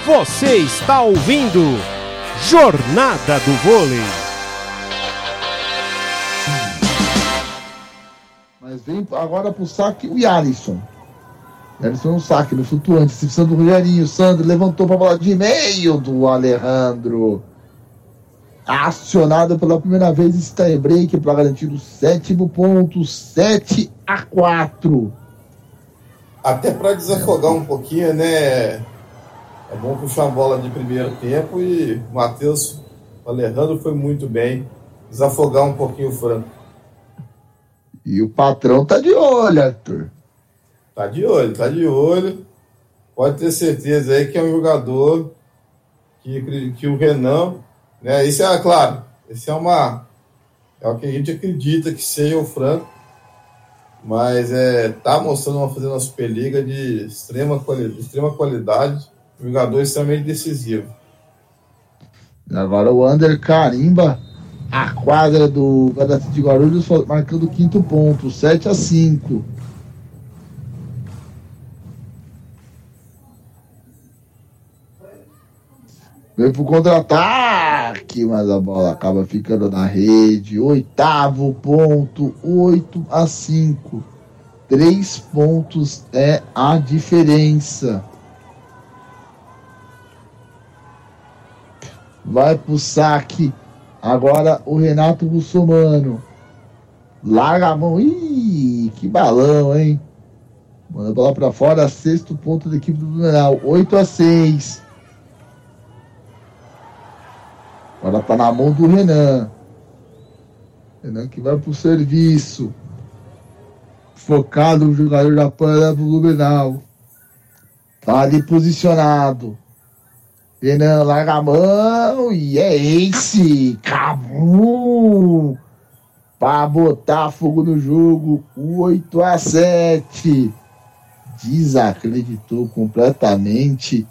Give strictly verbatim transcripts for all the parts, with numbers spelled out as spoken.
Você está ouvindo Jornada do Vôlei. Mas vem agora pro saque o Yalisson. Yalisson no saque, no flutuante. Se precisa do Rogerinho. O Sandro levantou pra bola de meio do Alejandro. Acionado pela primeira vez esse tie break para garantir o sétimo ponto. sete a quatro. Até para desafogar um pouquinho, né? É bom puxar a bola de primeiro tempo e o Matheus Alejandro foi muito bem. Desafogar um pouquinho o Franco. E o patrão tá de olho, Arthur. Tá de olho, tá de olho. Pode ter certeza aí que é um jogador que, que o Renan, né? Isso é claro, esse é uma é o que a gente acredita que seja o Franco, mas é tá mostrando uma fazendo uma Superliga de extrema qualidade, de extrema qualidade. Um jogador extremamente decisivo. Agora o Under carimba a quadra do Vedacity de Guarulhos, marcando o quinto ponto, sete a cinco. Vem pro contra-ataque, mas a bola acaba ficando na rede. Oitavo ponto, oito a cinco. Três pontos é a diferença. Vai pro saque. Agora o Renato Russomano. Larga a mão. Ih, que balão, hein? Manda a bola pra fora. Sexto ponto da equipe do Blumenau. oito a seis. Agora tá na mão do Renan. Renan que vai pro serviço. Focado no jogador da Pana do Blumenau. Tá ali posicionado. Renan larga a mão e é ace. Cabum! Pra botar fogo no jogo. oito a sete. Desacreditou completamente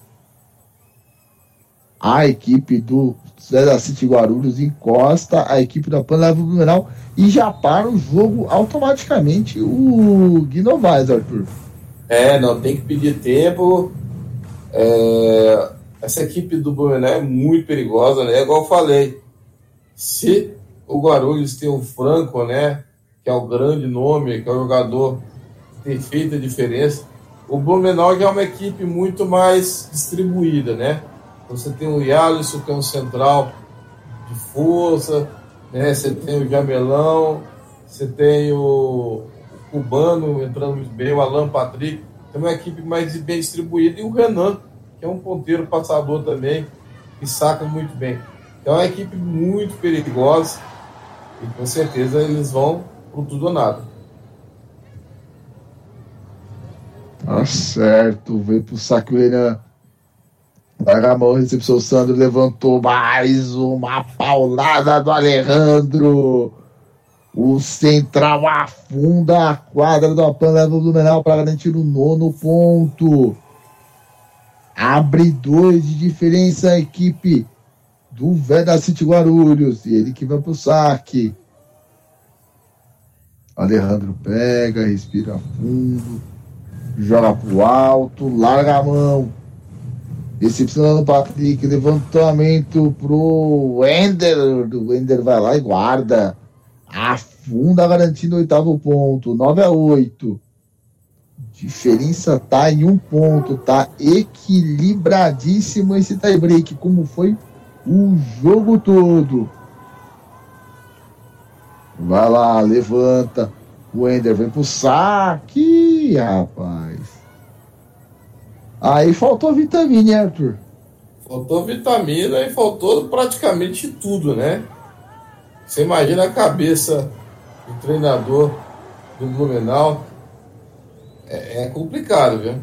a equipe do Vedacity Guarulhos. Encosta a equipe da Pan leva o Blumenau e já para o jogo automaticamente o Gui Novaes, Arthur. É, não tem que pedir tempo. É, essa equipe do Blumenau é muito perigosa, né? Igual eu falei, se o Guarulhos tem o Franco, né, que é o grande nome, que é o jogador que tem feito a diferença, o Blumenau já é uma equipe muito mais distribuída, né? Você tem o Yalisson, que é um central de força, né? Você tem o Jamelão, você tem o, o Cubano entrando muito bem, o Alan Patrick. É uma equipe mais bem distribuída. E o Renan, que é um ponteiro passador também, que saca muito bem. Então é uma equipe muito perigosa e com certeza eles vão pro tudo ou nada. Tá certo, veio pro saque o Renan. Larga a mão, recepção, o Sandro levantou mais uma paulada do Alejandro. O central afunda a quadra do Apan, leva o Blumenau para garantir o nono ponto. Abre dois de diferença a equipe do Vedacity Guarulhos. E ele que vai pro saque. Alejandro pega, respira fundo, joga pro alto, larga a mão. Recepcionando o Patrick, levantamento pro Wender. O Wender vai lá e guarda. Afunda, garantindo o oitavo ponto. nove a oito. Diferença tá em um ponto. Tá equilibradíssimo esse tie break, como foi o jogo todo. Vai lá, levanta. O Wender vem pro saque, rapaz. Aí faltou vitamina, hein, Arthur? Faltou vitamina e faltou praticamente tudo, né? Você imagina a cabeça do treinador do Blumenau. É, é complicado, viu?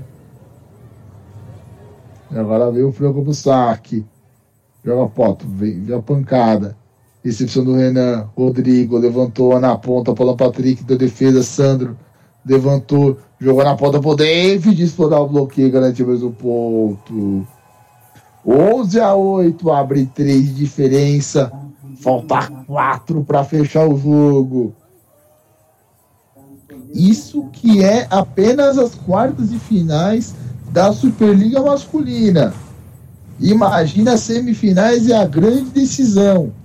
E agora veio o Franco pro saque. Joga a poto, vem, vem a pancada. Recepção do Renan. Rodrigo levantou na ponta. Paulo Patrick da defesa. Sandro levantou. Jogou na ponta pro David. Explorar o bloqueio. Garantiu mais um ponto. onze a oito. Abre três de diferença. Falta quatro para fechar o jogo. Isso que é apenas as quartas de finais da Superliga Masculina. Imagina as semifinais e a grande decisão.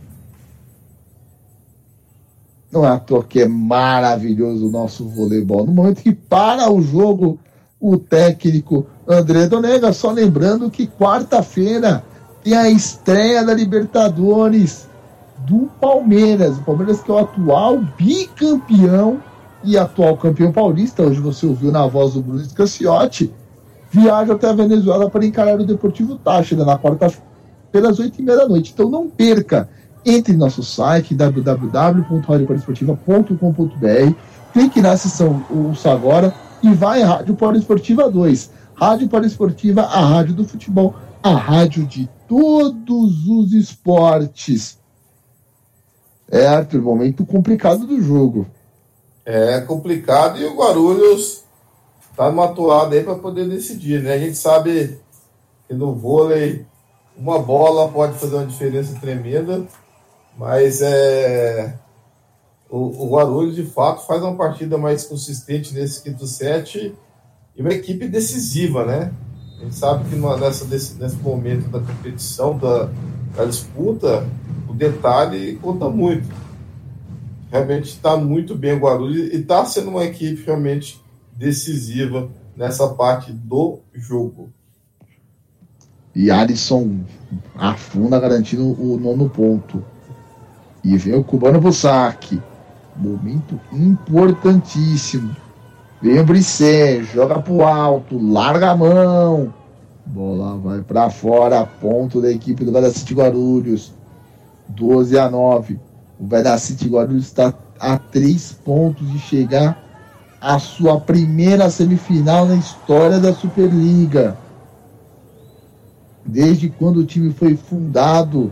Não é à toa que é maravilhoso o nosso voleibol. No momento que para o jogo, o técnico André Donega, só lembrando que quarta-feira tem a estreia da Libertadores do Palmeiras. O Palmeiras que é o atual bicampeão e atual campeão paulista. Hoje você ouviu na voz do Bruno Scanciotti. Viaja até a Venezuela para encarar o Deportivo Táchira na quarta-feira às oito e meia da noite. Então não perca. Entre em nosso site w w w ponto rádio poliesportiva ponto com ponto b r, clique na seção Ouça Agora e vai à Rádio Poliesportiva dois. Rádio Poliesportiva, a rádio do futebol, a rádio de todos os esportes. É, Arthur, momento complicado do jogo. É complicado e o Guarulhos tá numa toada aí para poder decidir, né? A gente sabe que no vôlei uma bola pode fazer uma diferença tremenda, mas é, o, o Guarulhos, de fato, faz uma partida mais consistente nesse quinto set e uma equipe decisiva, né? A gente sabe que nessa, nesse, nesse momento da competição, da, da disputa, o detalhe conta muito. Realmente está muito bem o Guarulhos e está sendo uma equipe realmente decisiva nessa parte do jogo. E Alisson afunda garantindo o nono ponto. E vem o cubano pro saque. Momento importantíssimo. Vem o Brisset, joga pro alto, larga a mão. Bola vai para fora, ponto da equipe do Vedacity Guarulhos. doze a nove. O Vedacity Guarulhos está a três pontos de chegar à sua primeira semifinal na história da Superliga. Desde quando o time foi fundado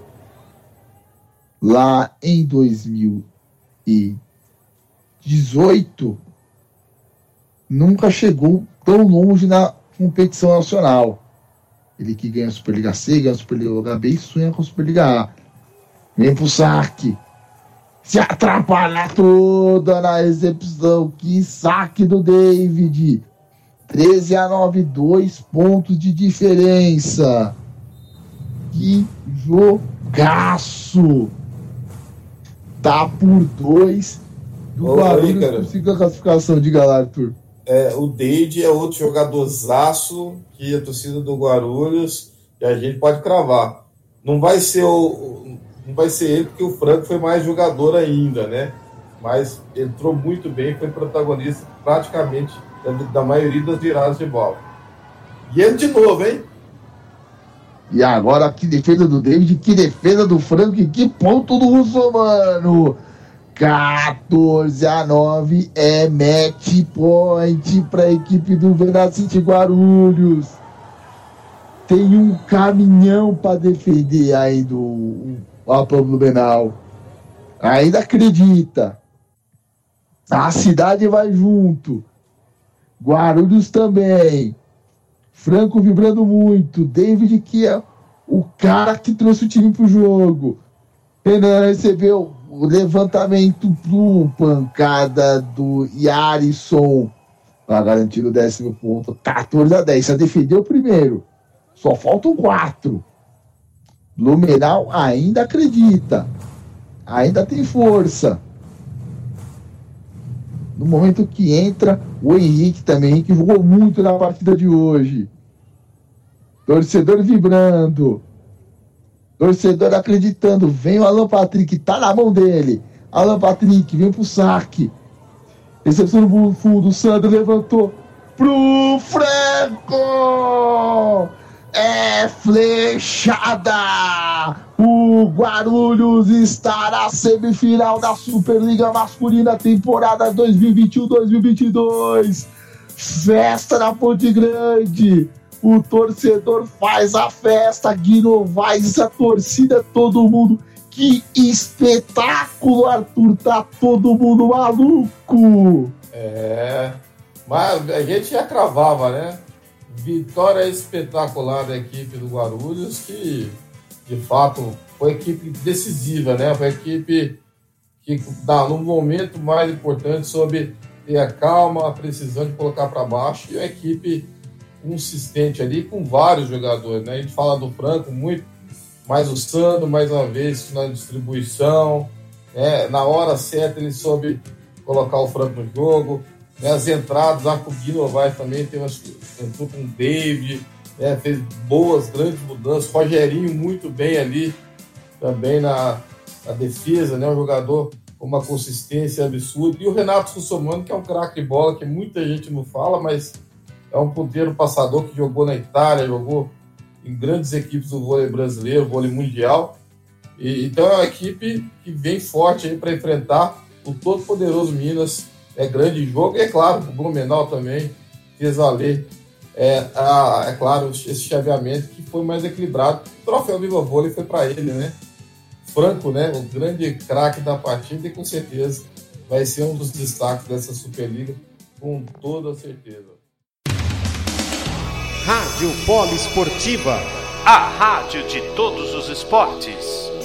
lá em dois mil e dezoito, nunca chegou tão longe na competição nacional. Ele que ganha a Superliga C, ganha a Superliga H B e sonha com a Superliga A. Vem pro saque. Se atrapalha toda na recepção. Que saque do David. treze a nove, dois pontos de diferença. Que jogaço. Tá por dois do Guarulhos, conseguiu a classificação. Diga lá, Arthur. É, o Deide é outro jogadorzaço que a torcida do Guarulhos, e a gente pode cravar. Não vai ser o, não vai ser ele, porque o Franco foi mais jogador ainda, né? Mas entrou muito bem, foi protagonista praticamente da, da maioria das viradas de bola. E ele de novo, hein? E agora, que defesa do David, que defesa do Franco e que ponto do Russomano. quatorze a nove é match point para a equipe do Vedacity Guarulhos. Tem um caminhão para defender ainda o, o Pablo Benal. Ainda acredita. A cidade vai junto. Guarulhos também. Franco vibrando muito. David, que é o cara que trouxe o time pro jogo. Renan recebeu o levantamento pro pancada do Yarisson. Para garantir o décimo ponto. quatorze a dez. Já defendeu o primeiro. Só faltam quatro. Blumenau ainda acredita. Ainda tem força. No momento que entra o Henrique também, que jogou muito na partida de hoje. Torcedor vibrando. Torcedor acreditando. Vem o Alan Patrick, tá na mão dele. Alan Patrick, vem pro saque. Recepção no fundo, o Sandro levantou pro Franco. É flechada. O Guarulhos está na semifinal da Superliga Masculina, temporada dois mil e vinte e um dois mil e vinte e dois. Festa na Ponte Grande. O torcedor faz a festa, Guino faz a torcida, todo mundo. Que espetáculo, Arthur. Tá todo mundo maluco. É, mas a gente já cravava, né? Vitória espetacular da equipe do Guarulhos, que de fato foi a equipe decisiva, né? Foi a equipe que dá no momento mais importante soube ter a calma, a precisão de colocar para baixo, e a equipe consistente ali com vários jogadores, né? A gente fala do Franco muito, mas o Sandro, mais uma vez, na distribuição, né? Na hora certa ele soube colocar o Franco no jogo, né? As entradas, o Arco Novaes também teve umas, entrou com o David, né? Fez boas, grandes mudanças, Rogerinho muito bem ali também na, na defesa, né? Um jogador com uma consistência absurda, e o Renato Russomano, que é um craque de bola que muita gente não fala, mas é um ponteiro passador que jogou na Itália, jogou em grandes equipes do vôlei brasileiro, vôlei mundial. E, então é uma equipe que vem forte para enfrentar o todo-poderoso Minas. É grande jogo, e é claro, o Blumenau também fez valer, é, a, é claro, esse chaveamento que foi mais equilibrado. O troféu Viva Vôlei foi para ele, né? Franco, né? O grande craque da partida, e com certeza vai ser um dos destaques dessa Superliga, com toda certeza. Rádio Poliesportiva, a rádio de todos os esportes.